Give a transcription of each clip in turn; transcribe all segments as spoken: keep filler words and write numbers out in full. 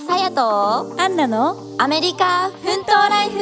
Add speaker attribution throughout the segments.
Speaker 1: さやと
Speaker 2: アンナの
Speaker 1: アメリカ奮闘ライフ。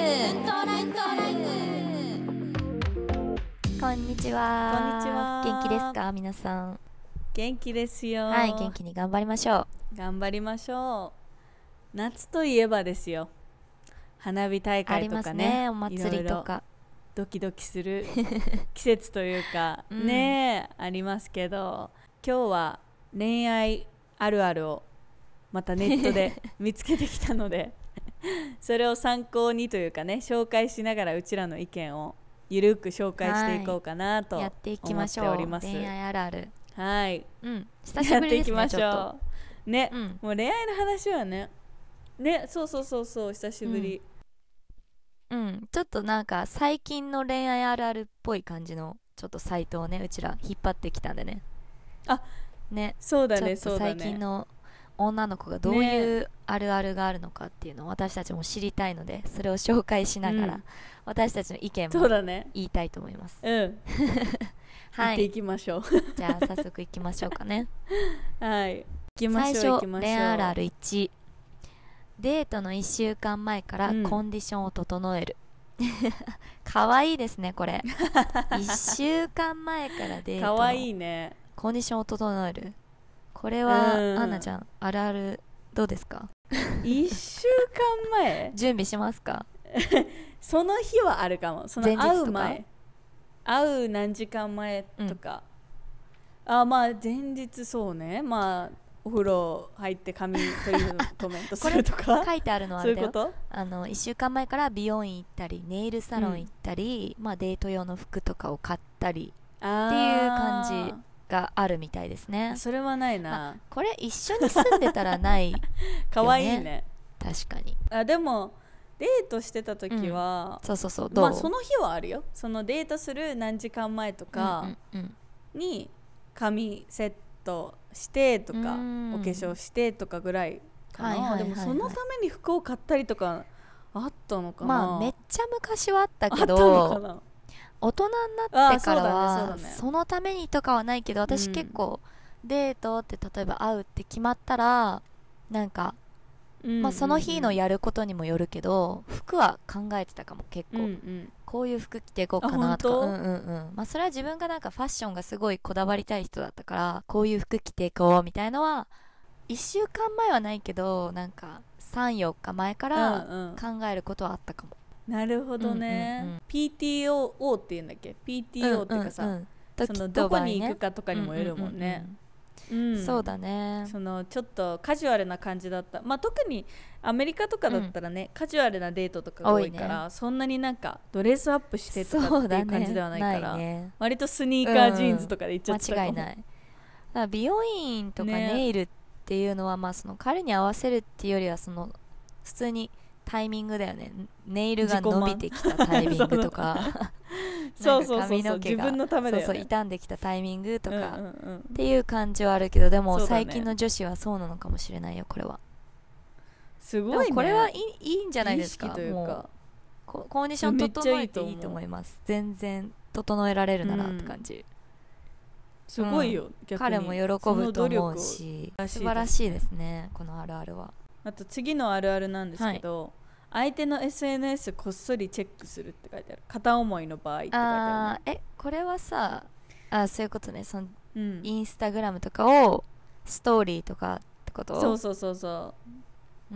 Speaker 2: こんにちは。
Speaker 3: こんにちは。
Speaker 2: 元気ですか皆さん。
Speaker 3: 元気ですよ。
Speaker 2: はい、元気に頑張りましょう。
Speaker 3: 頑張りましょう。夏といえばですよ、花火大
Speaker 2: あります
Speaker 3: 会とかね、
Speaker 2: ね、お祭りとか
Speaker 3: ドキドキする季節というか、
Speaker 2: うん、
Speaker 3: ねありますけど、今日は恋愛あるあるをまたネットで見つけてきたのでそれを参考にというかね、紹介しながらうちらの意見をゆるく紹介していこうかなと思って
Speaker 2: やっていきましょう。
Speaker 3: おります。
Speaker 2: 恋愛あるある、
Speaker 3: はい、
Speaker 2: うん、久しぶりですね。
Speaker 3: やっていきましょう。
Speaker 2: ちょっと
Speaker 3: ね、
Speaker 2: うん、
Speaker 3: もう恋愛の話はねね、そうそうそうそう、久しぶり、
Speaker 2: うん、うん、ちょっとなんか最近の恋愛あるあるっぽい感じのちょっとサイトをね、うちら引っ張ってきたんでね。
Speaker 3: あ、
Speaker 2: ね、
Speaker 3: そうだね、
Speaker 2: ちょっと最近の女の子がどういうあるあるがあるのかっていうのを私たちも知りたいので、それを紹介しながら、うん、私たちの意見も言いたいと思います。
Speaker 3: うん、
Speaker 2: はい、
Speaker 3: 行っていきましょう
Speaker 2: じゃあ早速いきましょうかね
Speaker 3: はい、行きましょう。
Speaker 2: 最初、
Speaker 3: 行きましょう。
Speaker 2: 恋愛あるあるいち、デートのいっしゅうかんまえからコンディションを整える、うん、かわいいですねこれいっしゅうかんまえからデートの
Speaker 3: かわいいね、
Speaker 2: コンディションを整える。これは、うん、アンナちゃんあるあるどうですか？
Speaker 3: いっしゅうかんまえ
Speaker 2: 準備しますか？
Speaker 3: その日はあるかも。その会う前、会う何時間前とか、うん、あ、まあ前日、そうね、まあお風呂入って髪トリートメントするとか
Speaker 2: 書いてあるのはあれだよ。
Speaker 3: そういうこと？あ
Speaker 2: のいっしゅうかんまえから美容院行ったりネイルサロン行ったり、うん、まあ、デート用の服とかを買ったりっていう感じがあるみたいですね。
Speaker 3: それはないな、
Speaker 2: まあ、これ一緒に住んでたらないよね
Speaker 3: かわいいね。
Speaker 2: 確かに。
Speaker 3: あ、でもデートしてた時は、
Speaker 2: うん、そうそうそう、どう？
Speaker 3: まあその日はあるよ。そのデートする何時間前とかに髪セットしてとか、お化粧してとかぐらいかな、はいはいはいはい、でもそのために服を買ったりとかあったのかな。
Speaker 2: まあめっちゃ昔はあったけど、大人になってからは そ,、ねそ, ね、そのためにとかはないけど、私結構デートって例えば会うって決まったらなんか、うんうんうん、まあ、その日のやることにもよるけど服は考えてたかも結構、うんうん、こういう服着ていこうかなとか、うんうんうん、まあ、それは自分がなんかファッションがすごいこだわりたい人だったからこういう服着ていこうみたいのはいっしゅうかんまえはないけどなんかさん、よっかまえから考えることはあったかも、
Speaker 3: うんうん、なるほどね、うんうんうん、ピーティーオー っていうんだっけ？ ピーティーオー っていうかさ、うんうんうん、そのどこに行くかとかにもよるもんね、うんうんうんうん、
Speaker 2: そうだね。
Speaker 3: そのちょっとカジュアルな感じだった、まあ、特にアメリカとかだったらね、うん、カジュアルなデートとかが多いから、ね、そんなになんかドレスアップしてとかっていう感じではないから、ね、割とスニーカージーンズとかで行っちゃってたかも、うん、間違いない。だ
Speaker 2: から美容院とかネイルっていうのは、ね、まあ、その彼に合わせるっていうよりはその普通にタイミングだよね。ネイルが伸びてきたタイミングとか
Speaker 3: そうそうそうそう、自分のためだよね。
Speaker 2: そうそう、傷んできたタイミングとか、うんうんうん、っていう感じはあるけど、でも最近の女子はそうなのかもしれないよ。これは
Speaker 3: すごいね。
Speaker 2: これはいい、いいんじゃないですか。もうコンディション整えていいと思います。全然整えられるならって感じ、うん、
Speaker 3: すごいよ、うん、逆に
Speaker 2: 彼も喜ぶと思うし、素晴らしいですね、このあるあるは。
Speaker 3: あと次のあるあるなんですけど、はい、相手の エスエヌエス こっそりチェックするって書いてある。片思いの場合って書いてある、ね、
Speaker 2: あえこれはさあ、そういうことね。その、うん、インスタグラムとかをストーリーとかってこと？
Speaker 3: そうそうそうそう。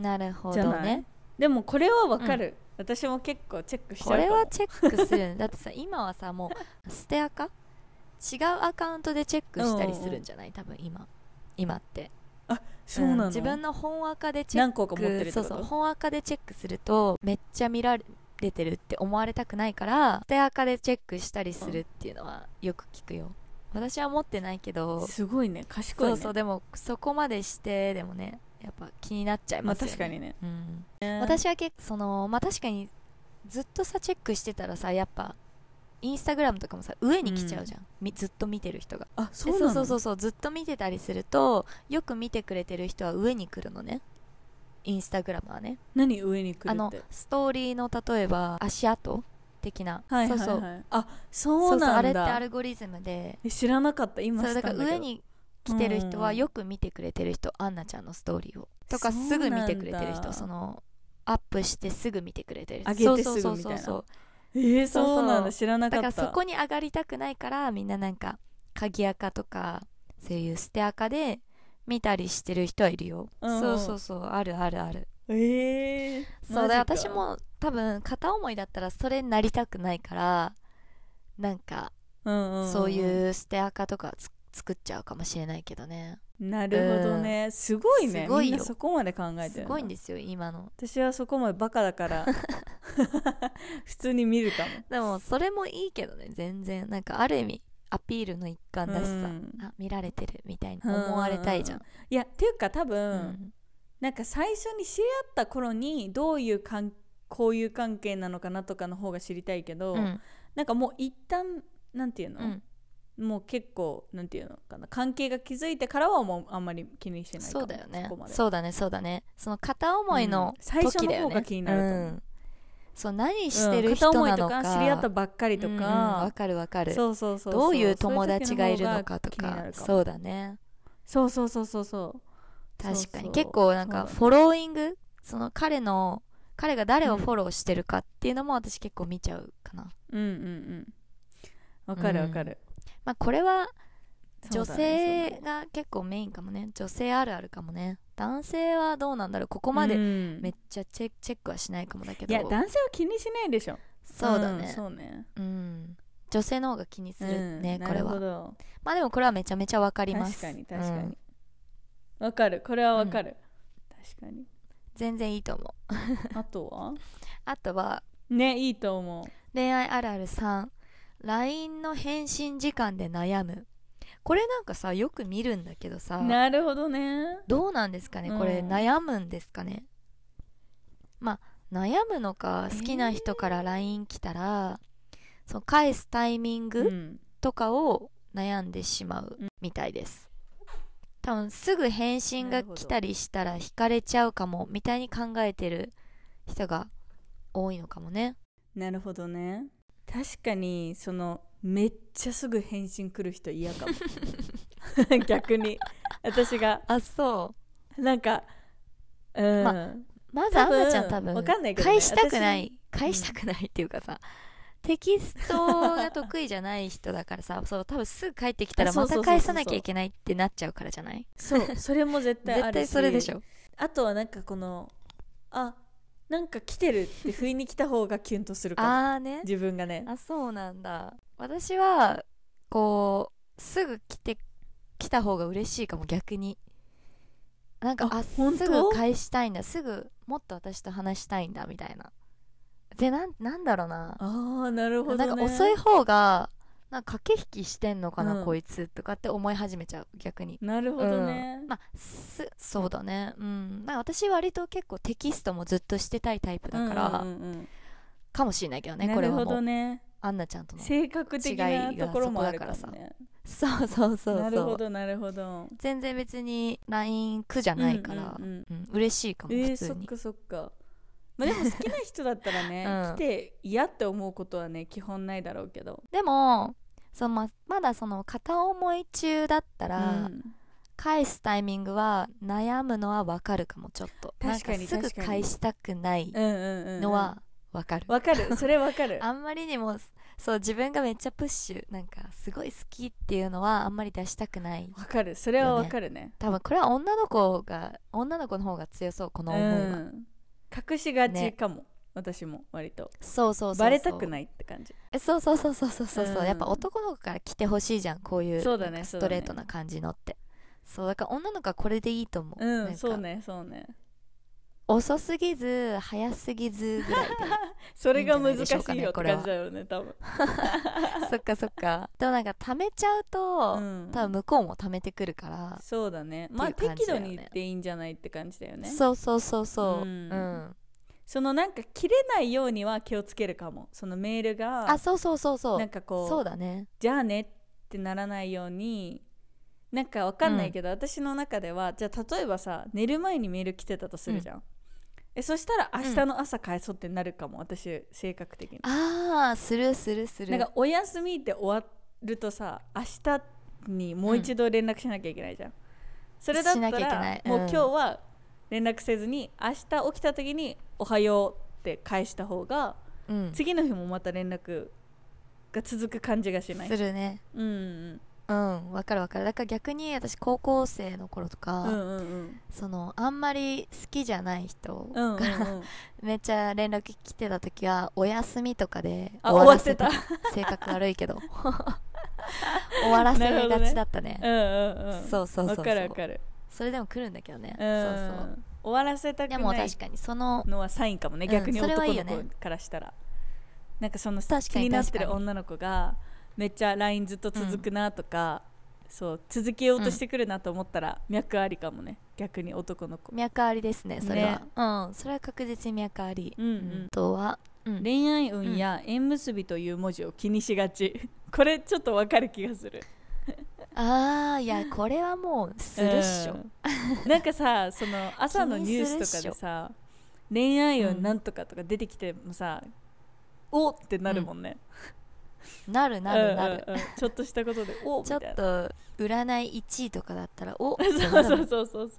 Speaker 2: なるほどね。
Speaker 3: でもこれはわかる、うん、私も結構チェックしちゃうかも。
Speaker 2: これはチェックするだってさ今はさもうステアカ違うアカウントでチェックしたりするんじゃない？多分今今って
Speaker 3: あ、そうなの、うん、
Speaker 2: 自分の本アカでチェック、
Speaker 3: 何個か持ってるってこと？
Speaker 2: そうそう、本アカでチェックするとめっちゃ見られてるって思われたくないからステアカでチェックしたりするっていうのはよく聞くよ。私は持ってないけど
Speaker 3: すごいね、賢いね。
Speaker 2: そうそう、でもそこまでしてでもねやっぱ気になっちゃいますよね、
Speaker 3: まあ、確かにね、
Speaker 2: うんえー、私は結構そのまあ確かにずっとさチェックしてたらさやっぱインスタグラムとかもさ上に来ちゃうじゃん、うん、ずっと見てる人が。
Speaker 3: あ、そうなの？
Speaker 2: そうそうそう、ずっと見てたりするとよく見てくれてる人は上に来るのね、インスタグラムはね。
Speaker 3: 何上に来るって？
Speaker 2: あのストーリーの例えば足跡的な、
Speaker 3: はいはいはい、そうそう、あ、そうなんだ。
Speaker 2: そうそう、あれってアルゴリズムで。
Speaker 3: 知らなかった、今知ったんだけど。
Speaker 2: そうだから上に来てる人はよく見てくれてる人、アンナちゃんのストーリーをとかすぐ見てくれてる人、そのアップしてすぐ見てくれてる人、
Speaker 3: 上げてすぐみたいな。
Speaker 2: そうそうそうそう、
Speaker 3: えー、そうなんだ、知らなかった。
Speaker 2: だからそこに上がりたくないから、みんななんか鍵アカとかそういうステアカで見たりしてる人はいるよ、うん、そうそうそう、あるあるある。
Speaker 3: えー、
Speaker 2: そうだ、私も多分片思いだったらそれになりたくないから、なんか、うんうんうん、そういうステアカとかつ作っちゃうかもしれないけどね。
Speaker 3: なるほどね、うん、すごいね。すごいよ、みんなそこまで考えてる。
Speaker 2: すごいんですよ今の。
Speaker 3: 私はそこまでバカだから普通に見るかも。
Speaker 2: でもそれもいいけどね、全然なんかある意味アピールの一環だしさ、うん、あ見られてるみたいに思われたいじゃん、うん、
Speaker 3: いやっていうか多分、うん、なんか最初に知り合った頃にどういう関こういう関係なのかなとかの方が知りたいけど、うん、なんかもう一旦なんていうの、うんもう結構なんていうのかな、関係が築いてからはもうあんまり気にしてないかも。そうだよね、そこまで。そうだねそうだね、その片思いの時だよね、うん、最初の方が気になると思う、うん、そう何してる人なのか、うん、片思いとか知り合ったばっかりとか、わ、うんうん、かるわかる、そうそうそうそう、どういう友達がいるのかとか、そうだね、そうそうそうそうそう、確かにそうそう、結構なんかフォローイング、その彼の彼が誰をフォローしてるかっていうのも私結構見ちゃうかな。うんうんうん、わかるわかる、うん、まあ、これは女性が結構メインかもね、女性あるあるかもね。男性はどうなんだろう、ここまでめっちゃチェック、チェックはしないかもだけど、いや男性は気にしないでしょ。そうだね、うん、そうね、うん、女性の方が気にするね、うん、これは。まあでもこれはめちゃめちゃわかります。確かに確かにわ、うん、かる、これはわかる、うん、確かに全然いいと思うあとはあとはね、いいと思う。恋愛あるあるさん、ライン の返信時間で悩む。これなんかさよく見るんだけどさ、なるほどね、どうなんですかね、これ、うん、悩むんですかね。まあ悩むのか、好きな人から ライン 来たら、えー、その返すタイミングとかを悩んでしまうみたいです、うん、多分すぐ返信が来たりしたら惹かれちゃうかもみたいに考えてる人が多いのかもね。なるほどね、確かにそのめっちゃすぐ返信来る人嫌かも逆に私があそうなんか、うん、ま, まずアンナちゃん多分わかんないけど、ね、返したくない返したくないっていうかさ、うん、テキストが得意じゃない人だからさそう多分すぐ帰ってきたらまた返さなきゃいけないってなっちゃうからじゃない。そうそれも絶対あるし絶対それでしょ。あとはなんかこのあなんか来てるって不意に来た方がキュンとするかもあー、ね、自分がね。あそうなんだ。私はこうすぐ来て来た方が嬉しいかも逆に。なんか あ, あすぐ返したいんだ、すぐもっと私と話したいんだみたいな。で な, なんだろうなあーなるほど、ね、なんか遅い方がなんか駆け引きしてんのかな、うん、こいつとかって思い始めちゃう逆に。なるほどね、うん、まあすそうだね、うん、まあ私割と結構テキストもずっとしてたいタイプだから、うんうんうん、かもしれないけどね。これはもうなるほどね、アンナちゃんとの性格的なところもあるからさ。そうそうそうそう、なるほどなるほど。全然別に ライン 苦じゃないから、うんうんうんうん、嬉しいかも普通に。えー、そっかそっか。まあ、でも好きな人だったらね、うん、来て嫌って思うことはね基本ないだろうけど、でもその ま, まだその片思い中だったら、うん、返すタイミングは悩むのは分かるかも。ちょっと確かになんかすぐ返したくないのは分かる、分かる、それ分かるあんまりにもそう自分がめっちゃプッシュなんかすごい好きっていうのはあんまり出したくない、ね、分かる、それは分かるね。多分これは女の子が女の子の方が強そう、この思いは、うん、隠しがちかも、ね、私も割とそうそうそうそうバレたくないって感じ。そうそうそうそうそうそう、うん、やっぱ男の子から来てほしいじゃん、こういうそうだね、ストレートな感じのって。そうだから女の子はこれでいいと思う。うん、そうねそうね、遅すぎず早すぎずぐらいでそれが難しいよって感じだよね多分そっかそっか。でもなんか貯めちゃうと、うん、多分向こうも貯めてくるから。そうだね、まあ適度に言っていいんじゃないって感じだよね。そうそうそうそう、うん、うん、そのなんか切れないようには気をつけるかも。そのメールがあそうそうそうそうなんかこうそうだねじゃあねってならないように。なんかわかんないけど、うん、私の中ではじゃあ例えばさ寝る前にメール来てたとするじゃん、うん、えそしたら明日の朝返そうってなるかも、うん、私性格的に。ああするするする。なんかお休みって終わるとさ明日にもう一度連絡しなきゃいけないじゃん、うん、それだったら、うん、もう今日は連絡せずに明日起きた時におはようって返した方が、うん、次の日もまた連絡が続く感じがしない？
Speaker 2: するね。うんうんうん、わかるわかる。だから逆に私高校生の頃とか、うんうんうん、そのあんまり好きじゃない人が、うんうんうん、めっちゃ連絡来てた時はお休みとかで終わらせてた。性格悪いけど終わらせがちだったね。うんうんうん、そうそうそうそう。わかるわかる。それでも来るんだけどね。うん、そうそう。
Speaker 3: 終わらせたくない。でも確かにそののはサインかもね。逆に男の子からしたら、うん、なんかその気になってる女の子がめっちゃ ライン ずっと続くなとか、うん、そう続けようとしてくるなと思ったら、うん、脈ありかもね。逆に男の子
Speaker 2: 脈ありですね、それは、ね、うん、それは確実に脈あり、うんうん、あとは、
Speaker 3: うん、恋愛運や縁結びという文字を気にしがちこれちょっとわかる気がする
Speaker 2: あー、いやこれはもうするっしょ、
Speaker 3: うん、なんかさ、その朝のニュースとかでさ恋愛運なんとかとか出てきてもさ、うん、おってなるもんね、
Speaker 2: うん、なるなるなる、
Speaker 3: うんうんうん、ちょっとしたことでおみたいな、
Speaker 2: ちょっと占いいちいとかだったらお
Speaker 3: そうそうそうそう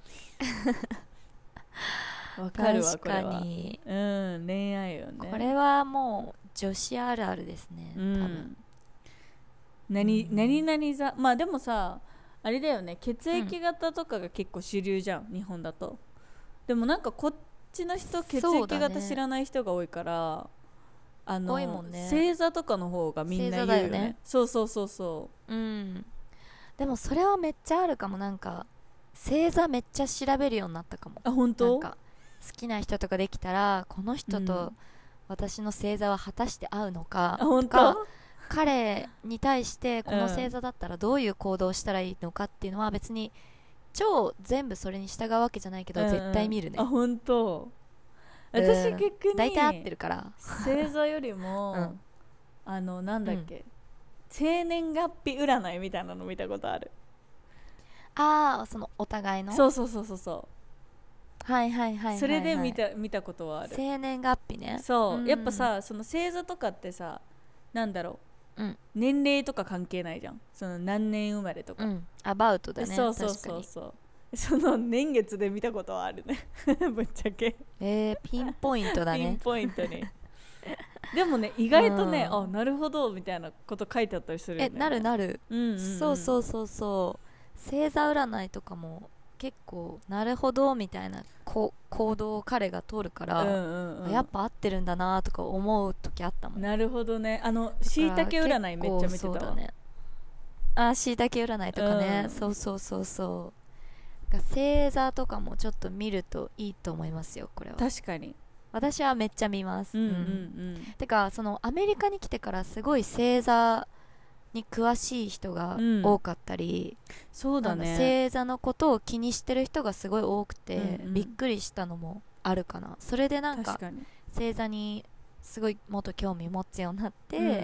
Speaker 3: そうわかるわ、これは。確かに、うん、恋愛運ね。
Speaker 2: これはもう女子あるあるですね、うん、多分。
Speaker 3: 何、うん、何々座、まあでもさあれだよね、血液型とかが結構主流じゃん、うん、日本だと。でもなんかこっちの人血液型知らない人が多いから、あの多いもんね、星座とかの方がみんな言うよね。星座だよね。そうそうそうそう、うん、
Speaker 2: でもそれはめっちゃあるかも。なんか星座めっちゃ調べるようになったかも。
Speaker 3: あ、本当？
Speaker 2: なんか好きな人とかできたらこの人と私の星座は果たして合うのか、
Speaker 3: うん、あ、本当？
Speaker 2: 彼に対してこの星座だったらどういう行動をしたらいいのかっていうのは別に超全部それに従うわけじゃないけど、うん、絶対見るね。
Speaker 3: あ、本当？私逆に
Speaker 2: 大体合ってるから
Speaker 3: 星座よりも、うん、あのなんだっけ、うん、生年月日占いみたいなの見たことある。
Speaker 2: ああ、そのお互いの。
Speaker 3: そうそうそうそうそう、
Speaker 2: はいはいはいはい、はい、
Speaker 3: それで見た見たことはある。
Speaker 2: 生年月日ね。
Speaker 3: そう、うん、やっぱさその星座とかってさなんだろう、うん、年齢とか関係ないじゃん。その何年生まれとか、うん、
Speaker 2: アバウトだね。
Speaker 3: そうそうそうそう、その年月で見たことはあるねぶっちゃけ。
Speaker 2: えー、ピンポイントだね。
Speaker 3: ピンポイントにでもね意外とね、うん、あ、なるほどみたいなこと書いてあったりするよね。
Speaker 2: え、なるなる、うんうんうん、そうそうそうそう。星座占いとかも結構なるほどみたいなこ行動を彼が取るから、うんうんうん、やっぱ合ってるんだなとか思う時あったもん。
Speaker 3: なるほどね。あのしいたけ占いめっちゃ見てたわ。ね、
Speaker 2: あ、しいたけ占いとかね、うん、そうそうそうそう。星座とかもちょっと見るといいと思いますよ、これは。
Speaker 3: 確かに
Speaker 2: 私はめっちゃ見ます、
Speaker 3: うんうんうん、
Speaker 2: てかそのアメリカに来てからすごい星座に詳しい人が多かったり、うん、
Speaker 3: そうだね、
Speaker 2: 星座のことを気にしてる人がすごい多くて、うんうん、びっくりしたのもあるかな。それでなんか星座にすごいもっと興味持つようになって、うんうんうん、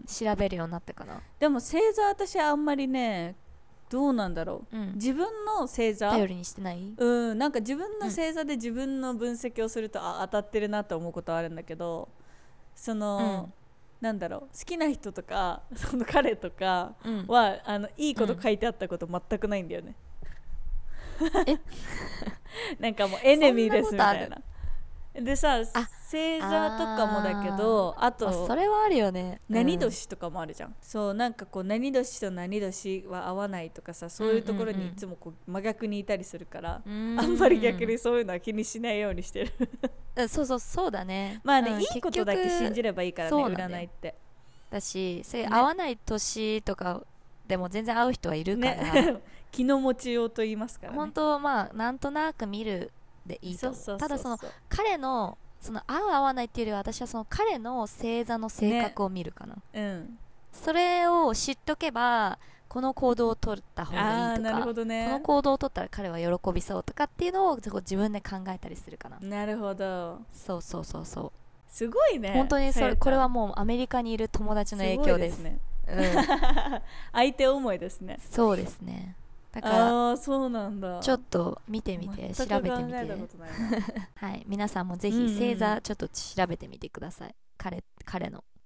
Speaker 2: 調べるようになったかな。
Speaker 3: でも星座私あんまりねどうなんだろう、うん、自分の星座
Speaker 2: 頼りにしてない。
Speaker 3: うん、なんか自分の星座で自分の分析をすると、うん、あ、当たってるなと思うことはあるんだけど、その、うん、なんだろう、好きな人とかその彼とかは、うん、あのいいこと書いてあったこと全くないんだよね、うん、なんかもうエネミーですみたいな。でさ、星座とかもだけど、あと、
Speaker 2: あ、それはあるよね、
Speaker 3: うん、何年とかもあるじゃん。そうなんかこう何年と何年は合わないとかさ、そういうところにいつもこう真逆にいたりするから、うんうんうん、あんまり逆にそういうのは気にしないようにしてる
Speaker 2: そうそうそうだね。
Speaker 3: まあね、
Speaker 2: うん、
Speaker 3: いいことだけ信じればいいからね、占いって
Speaker 2: だし、それ合わない年とかでも全然合う人はいるから、
Speaker 3: ね、気の持ちようと言いますからね。
Speaker 2: 本当、まあなんとなく見るでいいと思う。そうそうそうそう。ただその彼のその合う合わないっていうよりは、私はその彼の星座の性格を見るかな、ね、うん、それを知っとけばこの行動を取った方がいいとか、なるほどね、この行動を取ったら彼は喜びそうとかっていうのを自分で考えたりするかな。
Speaker 3: なるほど、
Speaker 2: そうそうそうそう。
Speaker 3: すごいね、
Speaker 2: 本当にそれ、これはもうアメリカにいる友達の影響です。すごいですね、うん、
Speaker 3: 相手思いですね。
Speaker 2: そうですね。だから
Speaker 3: あ、そうなんだ、
Speaker 2: ちょっと見てみて、調べてみてはい、皆さんもぜひ星座ちょっと調べてみてください、うん、彼, 彼の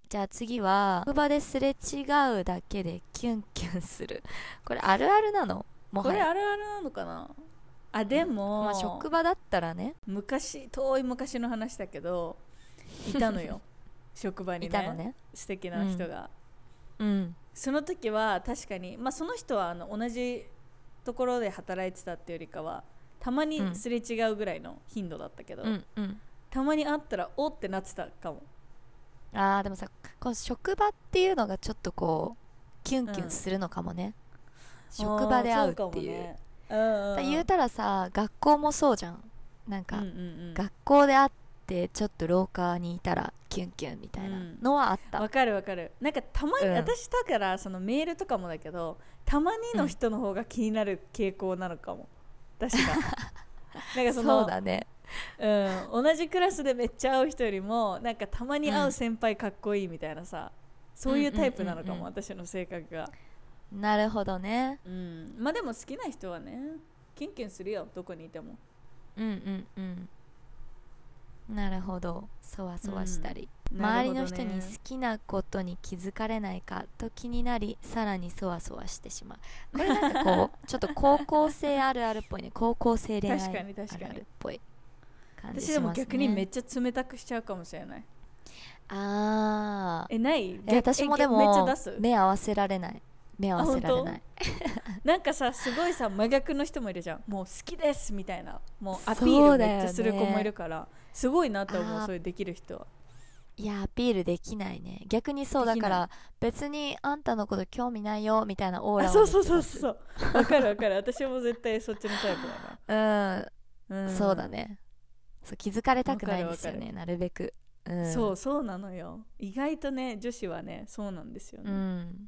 Speaker 2: じゃあ次は職場ですれ違うだけでキュンキュンする。これあるあるなの？も
Speaker 3: こ
Speaker 2: はや
Speaker 3: れあるあるなのかな。あでも、
Speaker 2: まあ、職場だったらね。
Speaker 3: 昔遠い昔の話だけどいたのよ職場にね、
Speaker 2: いたのね、
Speaker 3: 素敵な人が、
Speaker 2: うん、うん、
Speaker 3: その時は確かに、まあ、その人はあの同じところで働いてたっていうよりかはたまにすれ違うぐらいの頻度だったけど、
Speaker 2: うんうん、
Speaker 3: たまに会ったらおってなってたかも。
Speaker 2: あーでもさ、この職場っていうのがちょっとこうキュンキュンするのかもね、うん、職場で会うっていう、ね、うんうん、言うたらさ学校もそうじゃん。なんか、うんうんうん、学校で会ってちょっと廊下にいたらキュンキュンみたいなのはあった。
Speaker 3: わ、うん、かるわかる。なんかたまに、うん、私だからそのメールとかもだけどたまにの人の方が気になる傾向なのかも、うん、確かなんかその
Speaker 2: そうだね、
Speaker 3: うん、同じクラスでめっちゃ会う人よりもなんかたまに会う先輩かっこいいみたいなさ、うん、そういうタイプなのかも、うんうんうんうん、私の性格が。
Speaker 2: なるほどね、
Speaker 3: うん、まあでも好きな人はねキュンキュンするよどこにいても。
Speaker 2: うんうんうん、なるほど。そわそわしたり、うん、周りの人に好きなことに気づかれないかと気になりさらにそわそわしてしまう。これなんかこうちょっと高校生あるあるっぽいね。高校生恋愛あるあるっぽい感じしますね。
Speaker 3: 私でも逆にめっちゃ冷たくしちゃうかもしれない。
Speaker 2: あー
Speaker 3: えない
Speaker 2: え私もでもめっちゃ出す目合わせられない。目合わせられない
Speaker 3: なんかさすごいさ真逆の人もいるじゃん。もう好きですみたいなもうアピールめっちゃする子もいるから、ね、すごいなと思う。そういうできる人は。
Speaker 2: いやアピールできないね。逆にそうだから別にあんたのこと興味ないよみたいなオーラを。
Speaker 3: そうそうそうそうわかるわかる。私も絶対そっちのタイプだ
Speaker 2: な。うん、うん、そうだね。そう気づかれたくないんですよねなるべく。うん、そう
Speaker 3: そうなのよ。意外とね女子はねそうなんですよね、
Speaker 2: うん、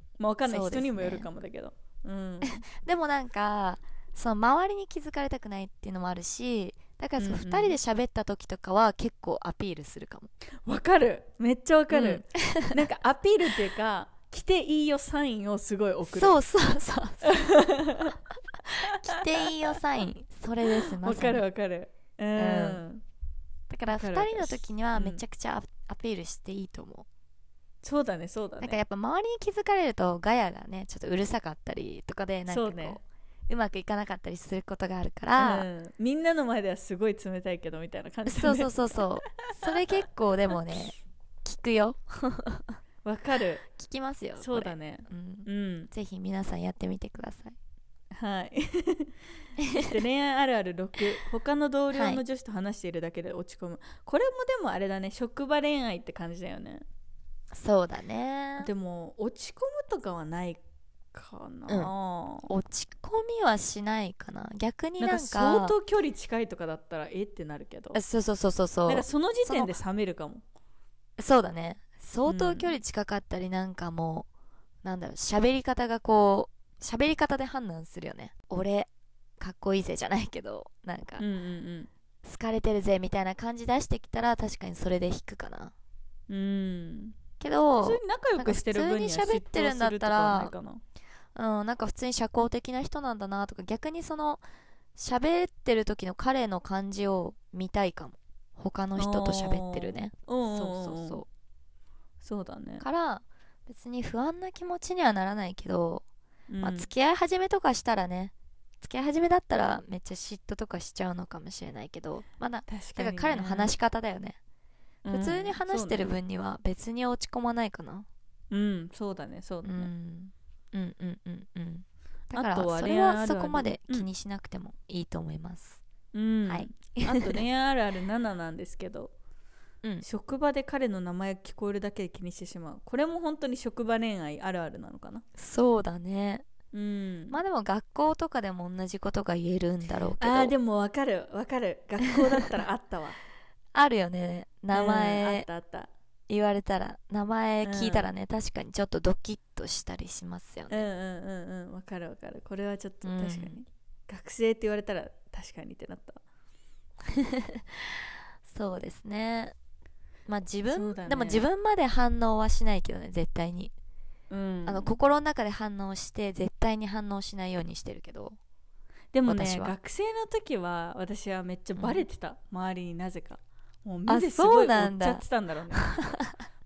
Speaker 3: まあわかんない、ね、人にもよるかもだけど、うん、
Speaker 2: でもなんかその周りに気づかれたくないっていうのもあるし、だからそのふたりで喋った時とかは結構アピールするかも。
Speaker 3: わかるめっちゃわかる、うん、なんかアピールっていうか来ていいよサインをすごい送る。
Speaker 2: そうそうそうそう来ていいよサインそれです。まさに
Speaker 3: わかるわかる、うん、うん
Speaker 2: だからふたりの時にはめちゃくちゃアピールしていいと思う、うん、
Speaker 3: そうだねそうだね。
Speaker 2: なんかやっぱ周りに気づかれるとガヤがねちょっとうるさかったりとかでなんかこう、ね、うまくいかなかったりすることがあるから、
Speaker 3: うん、みんなの前ではすごい冷たいけどみたいな感じ、ね、
Speaker 2: そうそうそうそうそれ結構でもね聞くよ
Speaker 3: わかる
Speaker 2: 聞きますよ。
Speaker 3: そうだね、
Speaker 2: うんうん、ぜひ皆さんやってみてください。
Speaker 3: はいそして恋愛あるあるろく、他の同僚の女子と話しているだけで落ち込む、はい、これもでもあれだね職場恋愛って感じだよね。
Speaker 2: そうだね。
Speaker 3: でも落ち込むとかはないかな、
Speaker 2: うん、落ち込みはしないかな。逆になんか、なんか
Speaker 3: 相当距離近いとかだったらえってなるけど、
Speaker 2: そうそうそうそうそう、
Speaker 3: なんかその時点で冷めるかも。
Speaker 2: そうだね相当距離近かったりなんかもう、うん、なんだろう喋り方がこう喋り方で判断するよね。俺かっこいいぜじゃないけどなんか、うんうんうん、好かれてるぜみたいな感じ出してきたら確かにそれで引くかな。
Speaker 3: うん
Speaker 2: けど
Speaker 3: 普通に仲良くしてる分には嫉妬するとかはないかな。
Speaker 2: うん、なんか普通に社交的な人なんだなとか、逆にその喋ってる時の彼の感じを見たいかも。他の人と喋ってるね。そうそうそう
Speaker 3: そうだね。
Speaker 2: から別に不安な気持ちにはならないけど、うん、まあ付き合い始めとかしたらね、付き合い始めだったらめっちゃ嫉妬とかしちゃうのかもしれないけど、まだ、ね、だから彼の話し方だよね、うん、普通に話してる分には別に落ち込まないかな。
Speaker 3: うんそうだねそうだね、うん、
Speaker 2: うんうんうんうんだからそれはそこまで気にしなくてもいいと思います、
Speaker 3: うん、はいあと恋愛あるあるなななんですけど、うん、職場で彼の名前が聞こえるだけで気にしてしまう。これも本当に職場恋愛あるあるなのかな。
Speaker 2: そうだね、
Speaker 3: うん、
Speaker 2: まあでも学校とかでも同じことが言えるんだろうけど。
Speaker 3: あーでも分かる分かる、学校だったらあったわ
Speaker 2: あるよね名前、
Speaker 3: うん、あったあった
Speaker 2: 言われたら名前聞いたらね、うん、確かにちょっとドキッとしたりしますよね。
Speaker 3: うんうんうんうん分かる分かる。これはちょっと確かに、うん、学生って言われたら確かにってなった
Speaker 2: そうですね。まあ自分、
Speaker 3: ね、
Speaker 2: でも自分まで反応はしないけどね絶対に、うん、あの心の中で反応して絶対に反応しないようにしてるけど。
Speaker 3: でもね学生の時は私はめっちゃバレてた、うん、周りになぜかもう目ですごい追っちゃってたんだろうね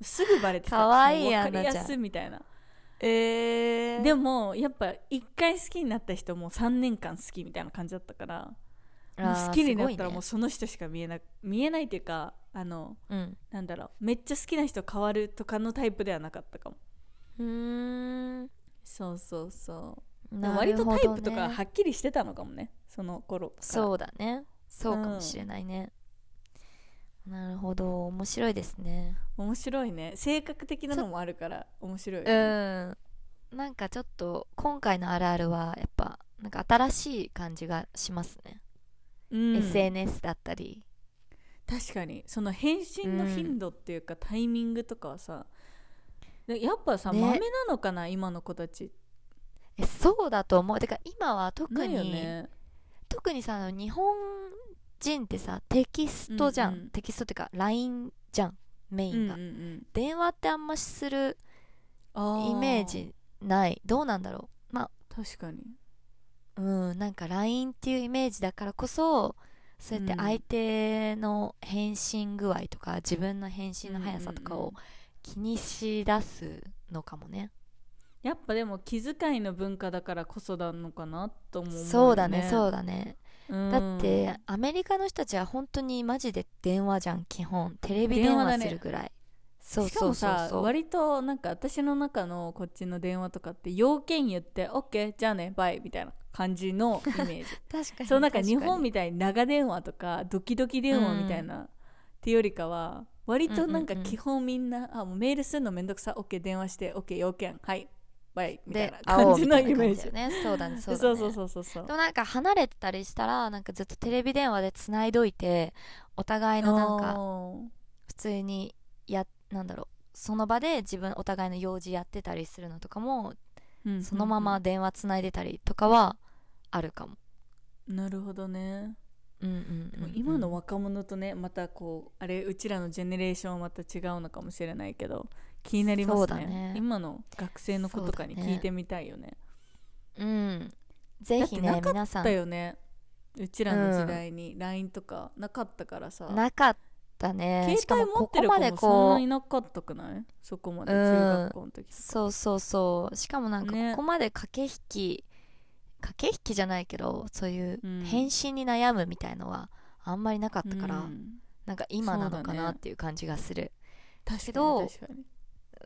Speaker 3: すぐバレてた。
Speaker 2: かわいいやん
Speaker 3: もう分かりやすいみたいな。
Speaker 2: えー、
Speaker 3: でもやっぱ一回好きになった人もさんねんかん好きみたいな感じだったから、もう好きになったらもうその人しか見えな、見えないっていうか、あの、うん、なんだろう、めっちゃ好きな人変わるとかのタイプではなかったかも。
Speaker 2: うーん、
Speaker 3: そうそうそう、
Speaker 2: ね、
Speaker 3: 割とタイプとかはっきりしてたのかもね、その頃から。
Speaker 2: そうだね、そうかもしれないね、うん、なるほど、面白いですね。
Speaker 3: 面白いね、性格的なのもあるから面白い、ね、
Speaker 2: うん、なんかちょっと今回のあるあるはやっぱなんか新しい感じがしますね、うん、エスエヌエス だったり。
Speaker 3: 確かにその返信の頻度っていうか、うん、タイミングとかはさ、やっぱさ、ね、豆なのかな今の子たち。
Speaker 2: え、そうだと思う。てか今は特に、ね、特にさ、日本人ってさテキストじゃん、うんうん、テキストってか ライン じゃんメインが、うんうんうん、電話ってあんましするイメージない。どうなんだろう。まあ
Speaker 3: 確かに、
Speaker 2: うん、なんか ライン っていうイメージだからこそ、そうやって相手の返信具合とか、うん、自分の返信の速さとかを気にしだすのかもね。
Speaker 3: やっぱでも気遣いの文化だからこそなのかなと思う、ね、
Speaker 2: そうだねそうだね、うん、だってアメリカの人たちは本当にマジで電話じゃん、基本テレビ電話するぐらい、ね、そうそうそうそう。
Speaker 3: しかもさ、割となんか私の中のこっちの電話とかって要件言って OK じゃあねバイみたいな感じのイメージ
Speaker 2: 確かに、
Speaker 3: そう、なんか日本みたいに長電話とかドキドキ電話みたいな、うん、っていうよりかは割となんか基本みんな、うんうんうん、あもうメールするのめんどくさ OK 電話して OK 要件はいバイみたいな感じのイメージ、
Speaker 2: ね、そうだねそうだね。
Speaker 3: そうそうそうそうそう。
Speaker 2: でもなんか離れてたりしたらなんかずっとテレビ電話でつないどいて、お互いのなんか普通にやなんだろうその場で自分お互いの用事やってたりするのとかも、うんうんうん、そのまま電話つないでたりとかはあるかも。
Speaker 3: なるほどね。
Speaker 2: うんうんうんうん、
Speaker 3: 今の若者とねまたこうあれうちらのジェネレーションはまた違うのかもしれないけど気になります ね, ね今の学生の子とかに聞いてみたいよね。
Speaker 2: う, ねうんぜひね皆さん。
Speaker 3: なかったよねうちらの時代に ライン とかなかったからさ、
Speaker 2: うん、なかったね。
Speaker 3: 携帯持ってる子もそんなになかったくない？そこまで中学校の時、うん、
Speaker 2: そうそうそう。しかもなんかここまで駆け引き、ね、駆け引きじゃないけどそういう返信に悩むみたいのはあんまりなかったから、うん、なんか今なのかなっていう感じがする。
Speaker 3: だけ
Speaker 2: どうん、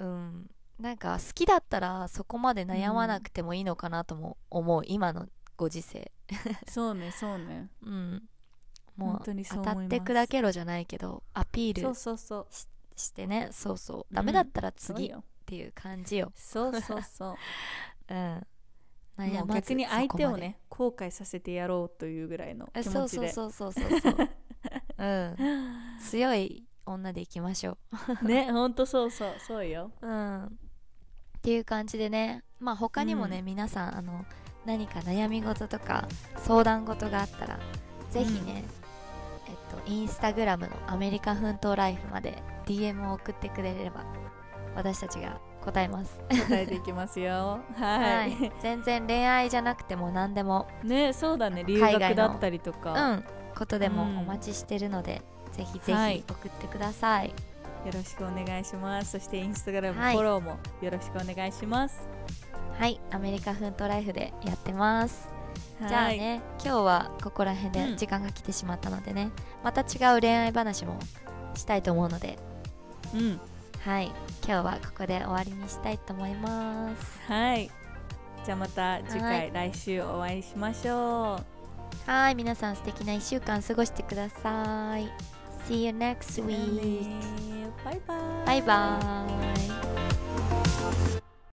Speaker 2: なんか好きだったらそこまで悩まなくてもいいのかなとも思う、うん、今のご時世
Speaker 3: そうねそうね、
Speaker 2: うん、もう当たって砕けろじゃないけどアピール し,
Speaker 3: そうそうそう
Speaker 2: してね。そうそう、ダメだったら次っていう感じよ。
Speaker 3: そうそうそう
Speaker 2: うん
Speaker 3: もう逆に相手をね後悔させてやろうというぐらいの気持ちで、
Speaker 2: そうそうそうそうそう、うん、強い女でいきましょ
Speaker 3: うね。ほんとそうそうそうよ、
Speaker 2: うん、っていう感じでね。まあ他にもね、うん、皆さんあの何か悩み事とか相談事があったらぜひね、うん、えっとインスタグラムのアメリカ奮闘ライフまで ディーエム を送ってくれれば私たちが答えます。
Speaker 3: 答えていきますよはい、はい、
Speaker 2: 全然恋愛じゃなくても何でも
Speaker 3: ね。そうだね、留学だったりとか、
Speaker 2: うん、ことでもお待ちしてるので、うん、ぜひぜひ送ってください、はい、
Speaker 3: よろしくお願いします。そしてインスタグラムフォローもよろしくお願いします。
Speaker 2: はい、アメリカ奮闘ライフでやってます。じゃあね、今日はここら辺で時間が来てしまったのでね、うん、また違う恋愛話もしたいと思うので、
Speaker 3: うん、
Speaker 2: はい、今日はここで終わりにしたいと思います。
Speaker 3: はい、じゃあまた次回、来週お会いしましょ
Speaker 2: う。はい、皆さん素敵ないっしゅうかん過ごしてください。See you next week.
Speaker 3: バイバイ。
Speaker 2: バイバイ。